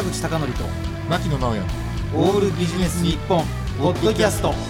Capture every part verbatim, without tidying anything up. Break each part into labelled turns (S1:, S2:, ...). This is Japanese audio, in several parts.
S1: 坂口孝則と
S2: 牧野直哉
S1: オールビジネス日本ポッドキャスト。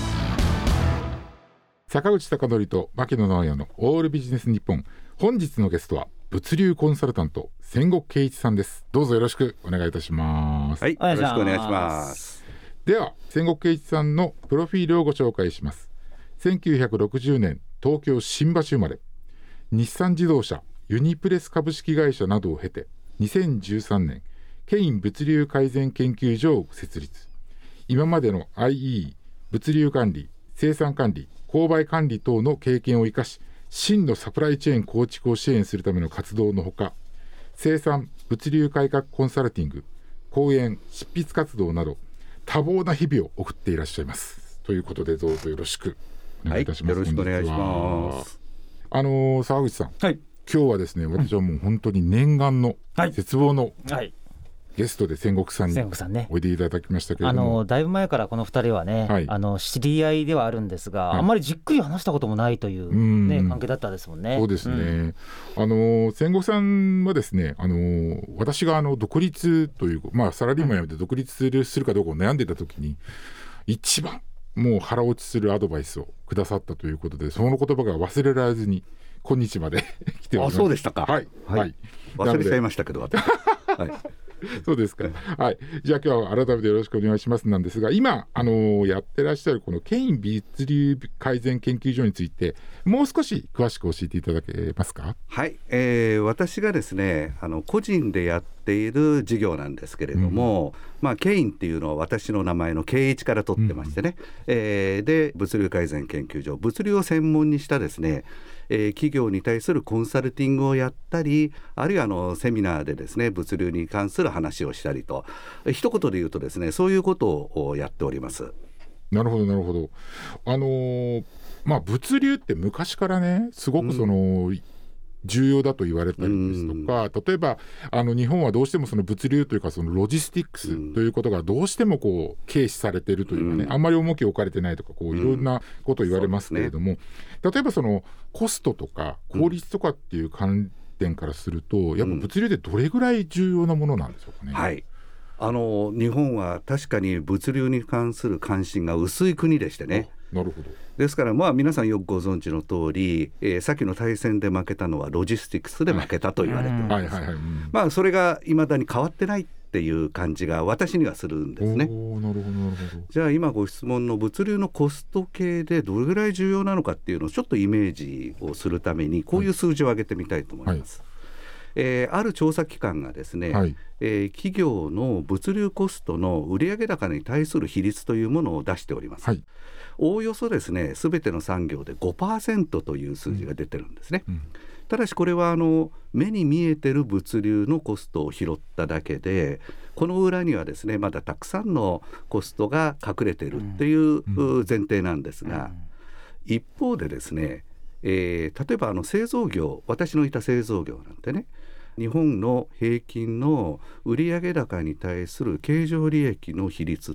S2: 坂口孝則と牧野直哉のオールビジネス日本。本日のゲストは物流コンサルタント千石圭一さんです。どうぞよろしくお願いいたします。
S3: はい、よろしくお願いします。
S2: では千石圭一さんのプロフィールをご紹介します。せんきゅうひゃくろくじゅうねん東京新橋生まれ、日産自動車、ユニプレス株式会社などを経てにせんじゅうさんねんケイン物流改善研究所を設立。今までの アイイー 物流管理、生産管理、購買管理等の経験を生かし、真のサプライチェーン構築を支援するための活動のほか、生産物流改革コンサルティング、講演執筆活動など多忙な日々を送っていらっしゃいます。ということでどうぞよろしくお願いいたします。
S3: はい、よろしくお願いします。
S2: あのー、沢口さん、
S1: はい、
S2: 今日はですね、私はもう本当に念願の、はい、絶望の、
S1: はい、
S2: ゲストで千石さんにおいでいただきましたけれども、
S4: あのだいぶ前からこのふたりはね、はい、あの知り合いではあるんですが、はい、あんまりじっくり話したこともないという、ね、関係だったですもんね。
S2: そうですね、うん、あの千石さんはですね、あの私があの独立という、まあ、サラリーマン辞めて独立する、するかどうかを悩んでいた時に一番もう腹落ちするアドバイスをくださったということで、その言葉が忘れられずに今日まで来ております。
S3: あ、そうでしたか。
S2: はい、はいはい、
S3: 忘れちゃいましたけど私、はい
S2: そうですか、はい、じゃあ今日は改めてよろしくお願いしますなんですが、今あのやってらっしゃるこのケイン物流改善研究所についてもう少し詳しく教えていただけますか。
S3: はい、えー、私がですね、あの個人でやっている事業なんですけれども、うん、まあ、ケインっていうのは私の名前の圭一から取ってましてね、うん、えー、で物流改善研究所、物流を専門にしたですね、えー、企業に対するコンサルティングをやったり、あるいはあのセミナーでですね物流に関する話をしたりと、一言で言うとですね、そういうことをやっております。な
S2: るほどなるほど。あのーまあ、物流って昔からねすごくその、うん、重要だと言われたりですとか、例えばあの日本はどうしてもその物流というかそのロジスティックスということがどうしてもこう軽視されているというかね、うん、あんまり重きを置かれてないとか、こういろんなことを言われますけれども、うんね、例えばそのコストとか効率とかっていう観点からすると、うん、やっぱ物流でどれぐらい重要なものなんでしょうかね。
S3: はい、あの日本は確かに物流に関する関心が薄い国でしてね。
S2: なるほど。
S3: ですから、まあ、皆さんよくご存知の通り、えー、さっきの対戦で負けたのはロジスティックスで負けたと言われています。まあ、それがいまだに変わってないっていう感じが私にはするんですね。
S2: おー、なるほどなるほど。
S3: じゃあ今ご質問の物流のコスト系でどれぐらい重要なのかっていうのをちょっとイメージをするためにこういう数字を挙げてみたいと思います。はい、えー、ある調査機関がですね、はい、えー、企業の物流コストの売上高に対する比率というものを出しております。はい、おおよそですね、すべての産業で ごパーセント という数字が出てるんですね。うんうん、ただしこれはあの目に見えてる物流のコストを拾っただけで、この裏にはですねまだたくさんのコストが隠れているっていう前提なんですが、一方でですね、えー、例えばあの製造業、私のいた製造業なんてね、日本の平均の売上高に対する経常利益の比率って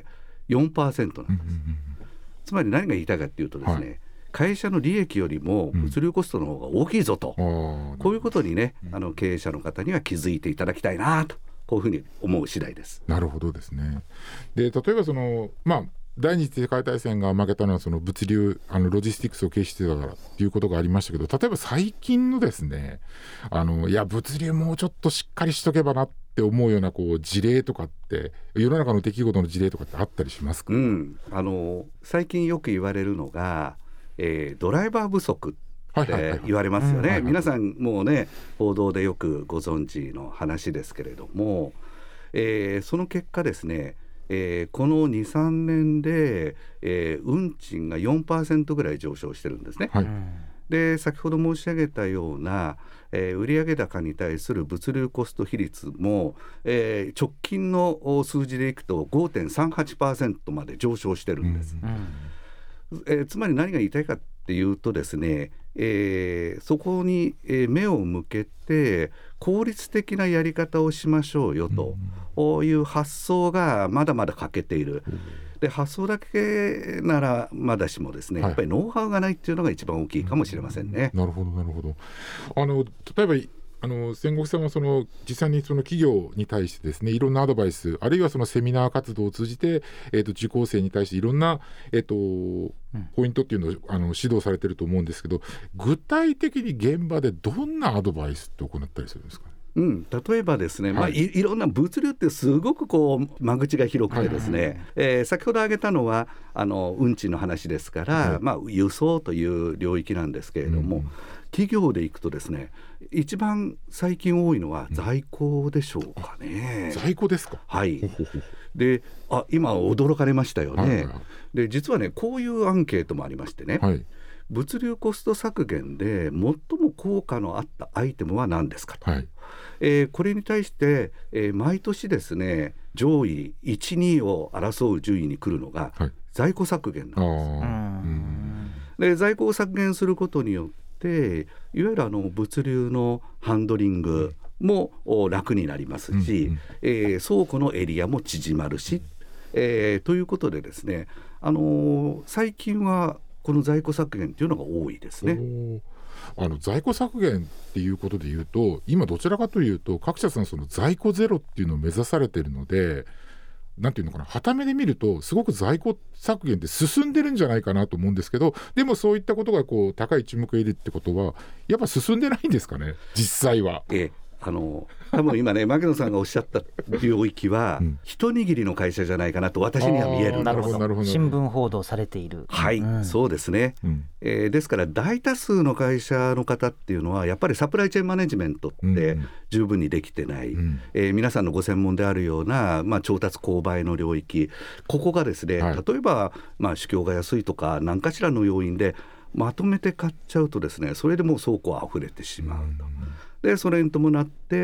S3: よんパーセント なんです。うんうんうん、つまり何が言いたいかっていうとですね、はい、会社の利益よりも物流コストの方が大きいぞと、うん、こういうことにね、あの経営者の方には気づいていただきたいなと、こういうふうに思う次第です。
S2: なるほどですね。で、例えばその、まあ第二次世界大戦が負けたのはその物流、あのロジスティックスを軽視してたからということがありましたけど、例えば最近のですね、あのいや物流もうちょっとしっかりしとけばなって思うようなこう事例とかって世の中の出来事の事例とかってあったりしますか。
S3: うん、あの最近よく言われるのが、えー、ドライバー不足って言われますよね。皆さんもうね報道でよくご存知の話ですけれども、えー、その結果ですね、えー、この にさんねんで、えー、運賃が よんパーセント ぐらい上昇してるんですね。はい、で先ほど申し上げたような、えー、売上高に対する物流コスト比率も、えー、直近の数字でいくと ごてんさんはちパーセント まで上昇してるんです。うん、えー、つまり何が言いたいかっていうとですね、えー、そこに目を向けて効率的なやり方をしましょうよという発想がまだまだ欠けている。で発想だけならまだしもですね、やっぱりノウハウがないっていうのが一番大きいかもしれませんね。
S2: なるほどなるほど。あの例えばあの仙石さんはその実際にその企業に対してですねいろんなアドバイスあるいはそのセミナー活動を通じて、えー、と受講生に対していろんな、えー、とポイントっていうのをあの指導されてると思うんですけど、具体的に現場でどんなアドバイスって行ったりするんですかね。
S3: うん、例えばですね、はいまあ、い, いろんな物流ってすごくこう間口が広くてですね、はいえー、先ほど挙げたのはあの運賃の話ですから、はいまあ、輸送という領域なんですけれども、うん、企業でいくとですね一番最近多いのは在庫でしょうかね、
S2: うん、在庫ですか。
S3: はいであ今驚かれましたよね、はいはい、で実はねこういうアンケートもありましてね、はい物流コスト削減で最も効果のあったアイテムは何ですかと、はいえー、これに対して、えー、毎年ですね上位いち、にいを争う順位に来るのが、はい、在庫削減なんです。で在庫を削減することによっていわゆるあの物流のハンドリングも楽になりますし、うんうんえー、倉庫のエリアも縮まるし、えー、ということでですね、あのー、最近はこの在庫削減というのが多いですね。
S2: あの在庫削減っていうことでいうと今どちらかというと各社さんその在庫ゼロっていうのを目指されているのでなんていうのかな傍目で見るとすごく在庫削減って進んでるんじゃないかなと思うんですけど、でもそういったことがこう高い注目を得るってことはやっぱ進んでないんですかね実際は。
S3: ええあの多分今ね牧野さんがおっしゃった領域は、うん、一握りの会社じゃないかなと私には見える。
S4: なるほどなるほど新聞報道されている
S3: はい、うん、そうですね、うんえー、ですから大多数の会社の方っていうのはやっぱりサプライチェーンマネジメントって十分にできてない、うんえー、皆さんのご専門であるような、まあ、調達購買の領域ここがですね、はい、例えば、まあ、市況が安いとか何かしらの要因でまとめて買っちゃうとですねそれでもう倉庫は溢れてしまうと、うんでそれに伴って、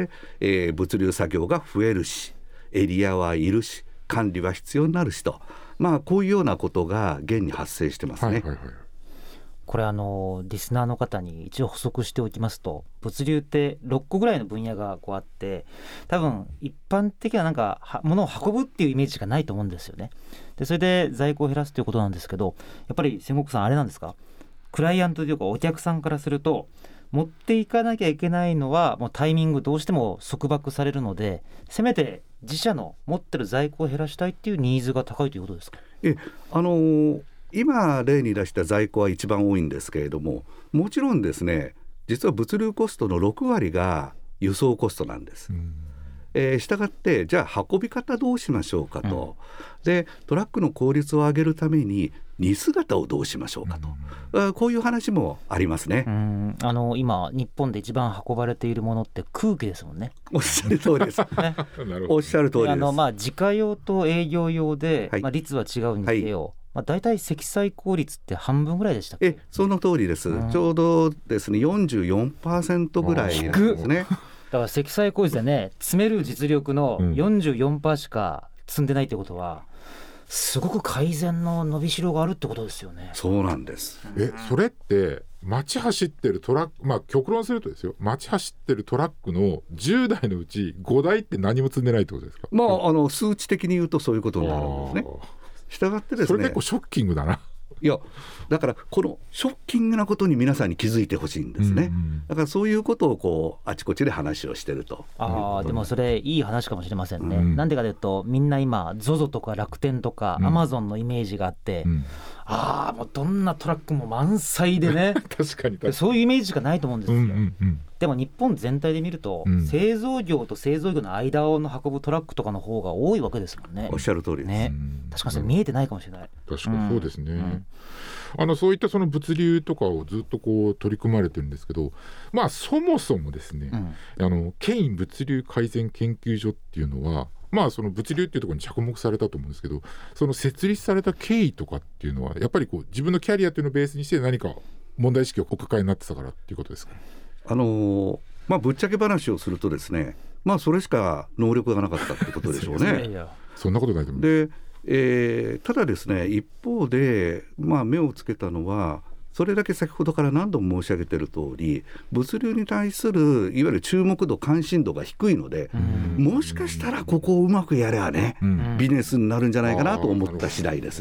S3: えー、物流作業が増えるしエリアはいるし管理は必要になるしと、まあ、こういうようなことが現に発生してますね、はいはいはい、
S4: これあのリスナーの方に一応補足しておきますと物流ってろっこぐらいの分野がこうあって多分一般的ななんか物を運ぶっていうイメージがないと思うんですよね。でそれで在庫を減らすということなんですけどやっぱり仙石さんあれなんですかクライアントというかお客さんからすると持っていかなきゃいけないのはもうタイミングどうしても束縛されるのでせめて自社の持ってる在庫を減らしたいっていうニーズが高いということですか。
S3: えあのー、今例に出した在庫は一番多いんですけれどももちろんですね実は物流コストのろくわりが輸送コストなんです。うんえー、したがってじゃあ運び方どうしましょうかと、うん、でトラックの効率を上げるために荷姿をどうしましょうかと、うん、こういう話もありますね。
S4: うんあの今日本で一番運ばれているものって空気ですもんね。
S3: おっしゃる通りです、ね、おっしゃる通りです。
S4: あの、まあ、自家用と営業用で、はいまあ、率は違うにせよ、はいまあ、大体積載効率って半分ぐらいでしたっけ。
S3: えその通りです、うん、ちょうどですね よんじゅうよんパーセント ぐらいなんですね。
S4: だから積載効率でね詰める実力の よんじゅうよんパーセント しか積んでないってことは、すごく改善の伸びしろがあるってことですよね。
S3: そうなんです。
S2: えそれって街走ってるトラックまあ極論するとですよ街走ってるトラックのじゅうだいのうちごだいって何も積んでないってことですか。
S3: まあ、あの数値的に言うとそういうことになるんですね。したがってですね
S2: それ結構ショッキングだな。
S3: いやだからこのショッキングなことに皆さんに気づいてほしいんですね、うんうん、だからそういうことをこうあちこちで話をしてると。
S4: あでもそれいい話かもしれませんね、うん、なんでかというとみんな今 ゾゾ とか楽天とか、うん、アマゾンのイメージがあって、うん、あもうどんなトラックも満載でね
S2: 確かに確かに
S4: そういうイメージしかないと思うんですよ、うんうんうん、でも日本全体で見ると、うん、製造業と製造業の間を運ぶトラックとかの方が多いわけですもんね。
S3: おっしゃる通りです、
S4: ね、確かにそれ見えてないかもしれない。
S2: 確かにそうですね、うんうんあのそういったその物流とかをずっとこう取り組まれてるんですけど、まあそもそもですね、うん、あのケイン物流改善研究所っていうのはまあその物流っていうところに着目されたと思うんですけどその設立された経緯とかっていうのはやっぱりこう自分のキャリアっていうのをベースにして何か問題意識をお抱えになってたからっていうことですか。
S3: あのーまあ、ぶっちゃけ話をするとですねまあそれしか能力がなかったってことでしょうね
S2: そんなことないと思う。
S3: でえー、ただですね一方で、まあ、目をつけたのはそれだけ先ほどから何度も申し上げている通り物流に対するいわゆる注目度関心度が低いのでもしかしたらここをうまくやればねビジネスになるんじゃないかなと思った次第ですね。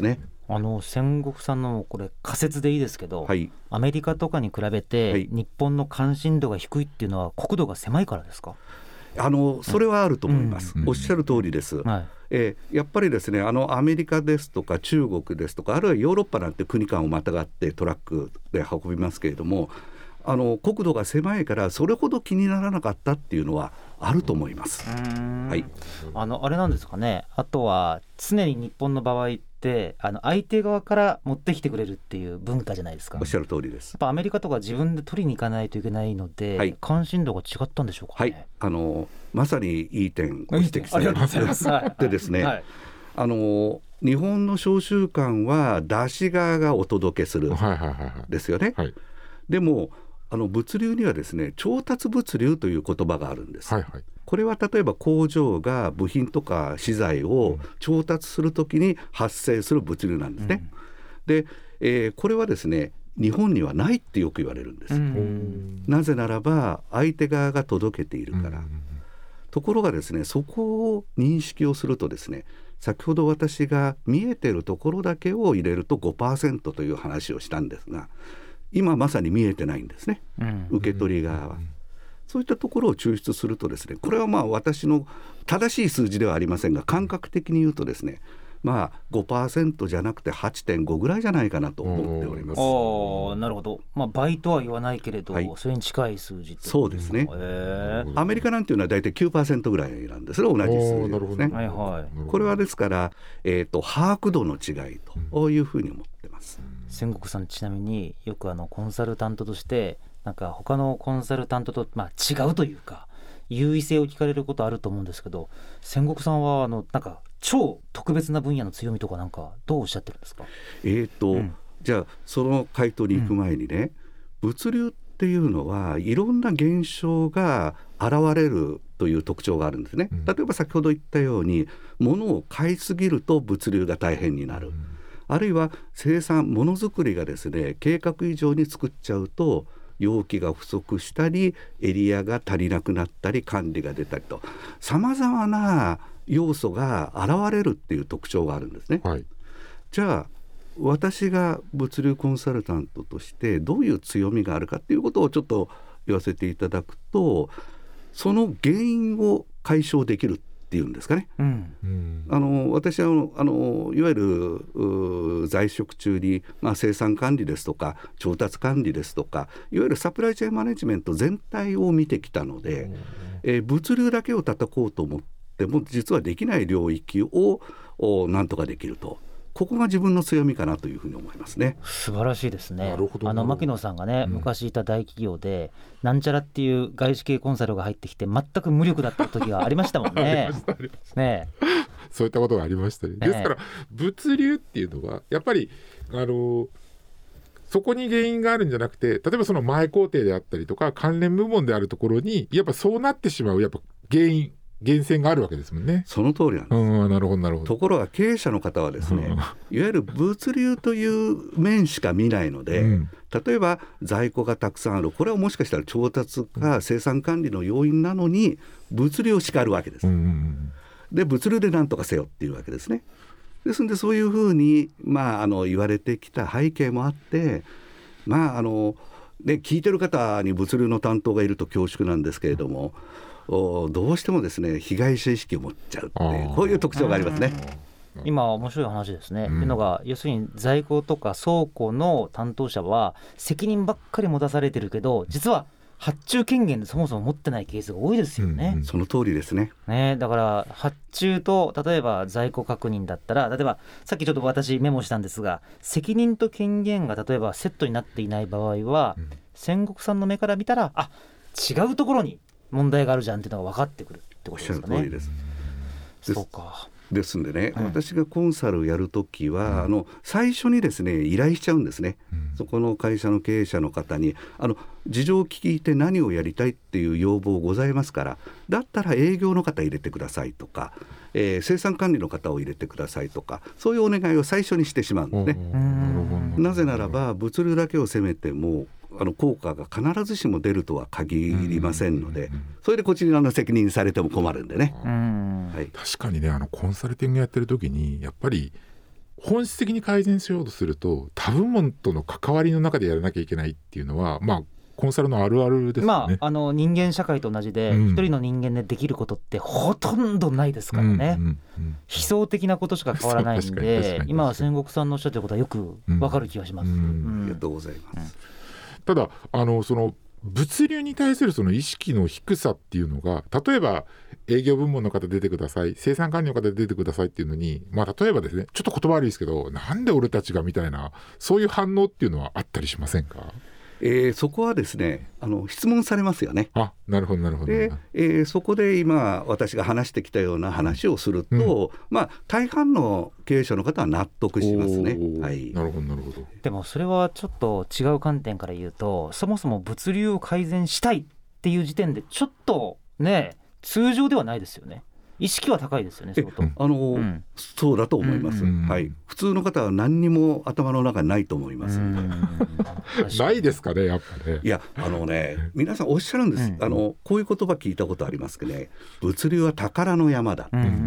S4: あの仙石さんのこれ仮説でいいですけど、はい、アメリカとかに比べて日本の関心度が低いっていうのは国土が狭いからですか？
S3: あのそれはあると思います、うん、おっしゃる通りです、はい、えー、やっぱりですね、あのアメリカですとか中国ですとか、あるいはヨーロッパなんて国間をまたがってトラックで運びますけれども、あの国土が狭いからそれほど気にならなかったっていうのはあると思います。はい、
S4: あのあれなんですかね、あとは常に日本の場合ってあの相手側から持ってきてくれるっていう文化じゃないですか。
S3: おっしゃる通りです。
S4: やっぱアメリカとか自分で取りに行かないといけないので、はい、関心度が違ったんでしょうかね。
S3: はい、あのまさにいい点を指摘されてでですね、はい、あの日本の商習慣は出し側がお届けするですよね。はいはいはいはい、でもあの物流にはですね、調達物流という言葉があるんです。はいはい、これは例えば工場が部品とか資材を調達するときに発生する物流なんですね。うん、で、えー、これはですね、日本にはないってよく言われるんです。うん、なぜならば相手側が届けているから。うん、ところがですね、そこを認識をするとですね、先ほど私が見えているところだけを入れると ごパーセント という話をしたんですが、今まさに見えてないんですね、うん、受け取り側は、うん、そういったところを抽出するとですね、これはまあ私の正しい数字ではありませんが、感覚的に言うとですね、まあ ごパーセント じゃなくて はちてんご ぐらいじゃないかなと思っております。
S4: あ、なるほど、まあ、倍とは言わないけれど、はい、それに近い数字って。
S3: そうですね。アメリカなんていうのはだいたい きゅうパーセント ぐらいなんですね、同じ数字ですね。はいはい、これはですから、えーと、把握度の違いというふうに思ってます。
S4: 仙石さん、ちなみによくあのコンサルタントとしてなんか他のコンサルタントと、まあ、違うというか優位性を聞かれることあると思うんですけど、仙石さんはあのなんか超特別な分野の強みとかなんかどうおっしゃってるんですか？
S3: えーと、うん、じゃあその回答に行く前にね、うん、物流っていうのはいろんな現象が現れるという特徴があるんですね。例えば先ほど言ったように、物を買いすぎると物流が大変になる、うん、あるいは生産ものづくりがですね、計画以上に作っちゃうと容器が不足したりエリアが足りなくなったり管理が出たりと、さまざまな要素が現れるっていう特徴があるんですね。はい、じゃあ私が物流コンサルタントとしてどういう強みがあるかっていうことをちょっと言わせていただくと、その原因を解消できるっていうんですかね。うん、あの私はあのいわゆる在職中に、まあ、生産管理ですとか調達管理ですとか、いわゆるサプライチェーンマネジメント全体を見てきたので、えー、物流だけを叩こうと思っても実はできない領域をなんとかできると。ここが自分の強みかなというふうに思いますね。
S4: 素晴らしいですね。あの牧野さんがね、うん、昔いた大企業でなんちゃらっていう外資系コンサルが入ってきて全く無力だった時がありましたもんね。
S2: ねそういったことがありましたね。ですから物流っていうのはやっぱりあのそこに原因があるんじゃなくて、例えばその前工程であったりとか関連部門であるところにやっぱそうなってしまうやっぱ原因源泉があるわけですもんね。
S3: その通りなんです。
S2: うん、なるほどなるほど。
S3: ところが経営者の方はですね、うん、いわゆる物流という面しか見ないので、うん、例えば在庫がたくさんある、これはもしかしたら調達か生産管理の要因なのに物流を叱るわけです、うん、で物流で何とかせよっていうわけですね。ですのでそういうふうに、まあ、あの言われてきた背景もあって、まああのね、聞いてる方に物流の担当がいると恐縮なんですけれども、どうしてもですね被害者意識を持っちゃうっていうこういう特徴がありますね。
S4: 今面白い話ですね、うん、というのが要するに在庫とか倉庫の担当者は責任ばっかり持たされてるけど実は発注権限でそもそも持ってないケースが多いですよね。
S3: うんうん、その通りですね。
S4: ね、だから発注と例えば在庫確認だったら、例えばさっきちょっと私メモしたんですが、責任と権限が例えばセットになっていない場合は、うん、仙石さんの目から見たらあ違うところに問題があるじゃんっていうのが分かってくるってことですかね。
S3: おっしゃる通りです。
S4: そうか。
S3: ですんでね、うん、私がコンサルをやるときは、うん、あの最初にですね依頼しちゃうんですね、うん、そこの会社の経営者の方にあの事情を聞いて何をやりたいっていう要望ございますから、だったら営業の方入れてくださいとか、えー、生産管理の方を入れてくださいとか、そういうお願いを最初にしてしまうんですね。なぜならば物流だけを攻めてもあの効果が必ずしも出るとは限りませんので、それでこちらの責任されても困るんでね。
S2: うん、はい、確かにね、あのコンサルティングやってる時にやっぱり本質的に改善しようとすると他部門との関わりの中でやらなきゃいけないっていうのは、まあコンサルのあるあるですよね。
S4: まあ、あの人間社会と同じで、うん、一人の人間でできることってほとんどないですからね、うんうんうん、悲壮的なことしか変わらないんで、今は仙石さんのおっしゃってることはよくわかる気がします、うんうん、
S3: ありがとうございます、
S2: うん、ただあのその物流に対するその意識の低さっていうのが、例えば営業部門の方出てください、生産管理の方出てくださいっていうのに、まあ、例えばですね、ちょっと言葉悪いですけど、なんで俺たちがみたいな、そういう反応っていうのはあったりしませんか？
S3: えー、そこはですね、あの質問されますよね。
S2: あ、なるほどなるほど。
S3: で、えー、そこで今私が話してきたような話をすると、うん、まあ大半の経営者の方は納得しますね、はい、
S2: なるほどなるほど。
S4: でもそれはちょっと違う観点から言うと、そもそも物流を改善したいっていう時点でちょっとね、通常ではないですよね。意識は高いですよね。
S3: えあの、うん、そうだと思います、うん、はい、普通の方は何にも頭の中にないと思います。
S2: ないですかね、やっぱね。
S3: いや、あのね、皆さんおっしゃるんです、うん、あのこういう言葉聞いたことありますけどね、物流は宝の山だ、うんうん、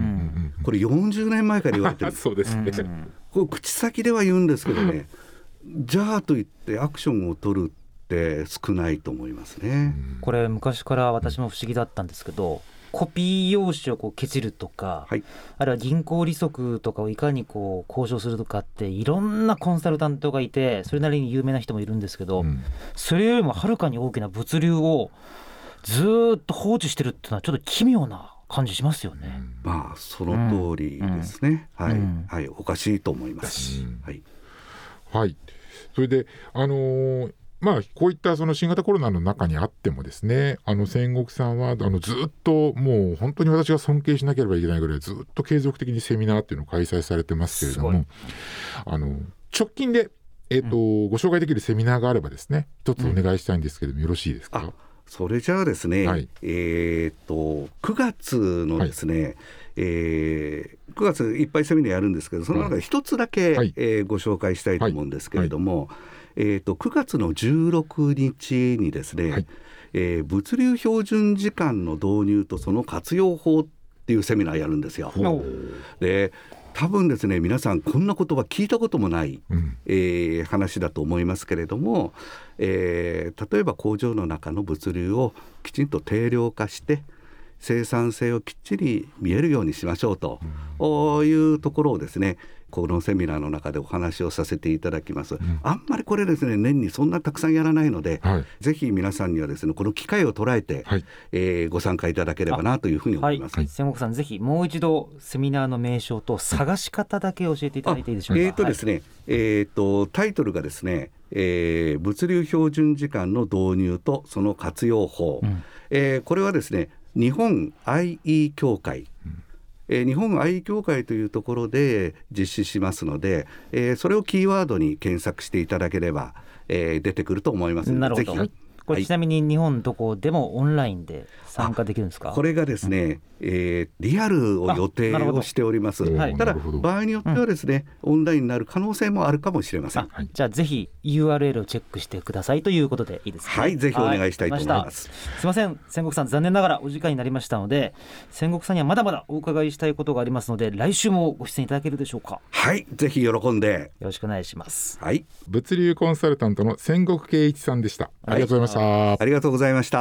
S3: これよんじゅうねんまえから言われてる
S2: そうですね、
S3: これ口先では言うんですけどね、じゃあと言ってアクションを取るって少ないと思いますね。
S4: これ昔から私も不思議だったんですけど、コピー用紙をこうケチるとか、はい、あるいは銀行利息とかをいかにこう交渉するとかっていろんなコンサルタントがいて、それなりに有名な人もいるんですけど、うん、それよりもはるかに大きな物流をずっと放置してるっていうのはちょっと奇妙な感じしますよね。
S3: うん、まあその通りですね、うん、はい、うんはい、おかしいと思います、うんはい
S2: はい、それであのーまあ、こういったその新型コロナの中にあってもですね、あの仙石さんはあのずっともう本当に私が尊敬しなければいけないぐらいずっと継続的にセミナーっていうのを開催されてますけれども、あの直近で、えーとうん、ご紹介できるセミナーがあればですね、一つお願いしたいんですけれども、うん、よろしいですか？
S3: あ、それじゃあですね、はい、えー、とくがつのですね、はい、えー、くがついっぱいセミナーやるんですけど、その中で一つだけ、はい、えー、ご紹介したいと思うんですけれども、はいはい、えー、とくがつのじゅうろくにちにですね、はい、えー、物流標準時間の導入とその活用法っていうセミナーやるんですよ。で、多分ですね、皆さんこんな言葉聞いたこともない、うん、えー、話だと思いますけれども、えー、例えば工場の中の物流をきちんと定量化して生産性をきっちり見えるようにしましょうと、うん、いうところをですね、このセミナーの中でお話をさせていただきます、うん、あんまりこれですね、年にそんなたくさんやらないので、はい、ぜひ皆さんにはですね、この機会を捉えて、はい、えー、ご参加いただければなというふうに思います。
S4: はい、仙石さん、ぜひもう一度セミナーの名称と探し方だけ教えていただいていいでしょうか？
S3: えーとですね、はい、えーとタイトルがですね、えー、物流標準時間の導入とその活用法、うん、えー、これはですね、日本 アイイー 協会、うん、えー、日本 アイイー 協会というところで実施しますので、えー、それをキーワードに検索していただければ、えー、出てくると思いますので、ぜひ。
S4: これちなみに日本どこでもオンラインで参加できるんですか？
S3: これがですね、うん、えー、リアルを予定をしております。ただ場合によってはですね、うん、オンラインになる可能性もあるかもしれません。
S4: あ、じゃあぜひ ユーアールエル をチェックしてくださいということでいいですか？
S3: はい、ぜひお願いしたいと思います。
S4: すいません、仙石さん、残念ながらお時間になりましたので、仙石さんにはまだまだお伺いしたいことがありますので、来週もご出演いただけるでしょうか？
S3: はい、ぜひ喜んで
S4: よろしくお願いします。
S3: はい、
S2: 物流コンサルタントの仙石圭一さんでした。ありがとうございました。
S3: はい、ありがとうございました。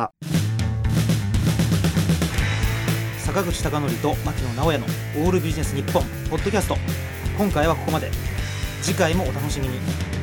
S1: 坂口孝則と牧野直哉のオールビジネス日本ポッドキャスト、今回はここまで。次回もお楽しみに。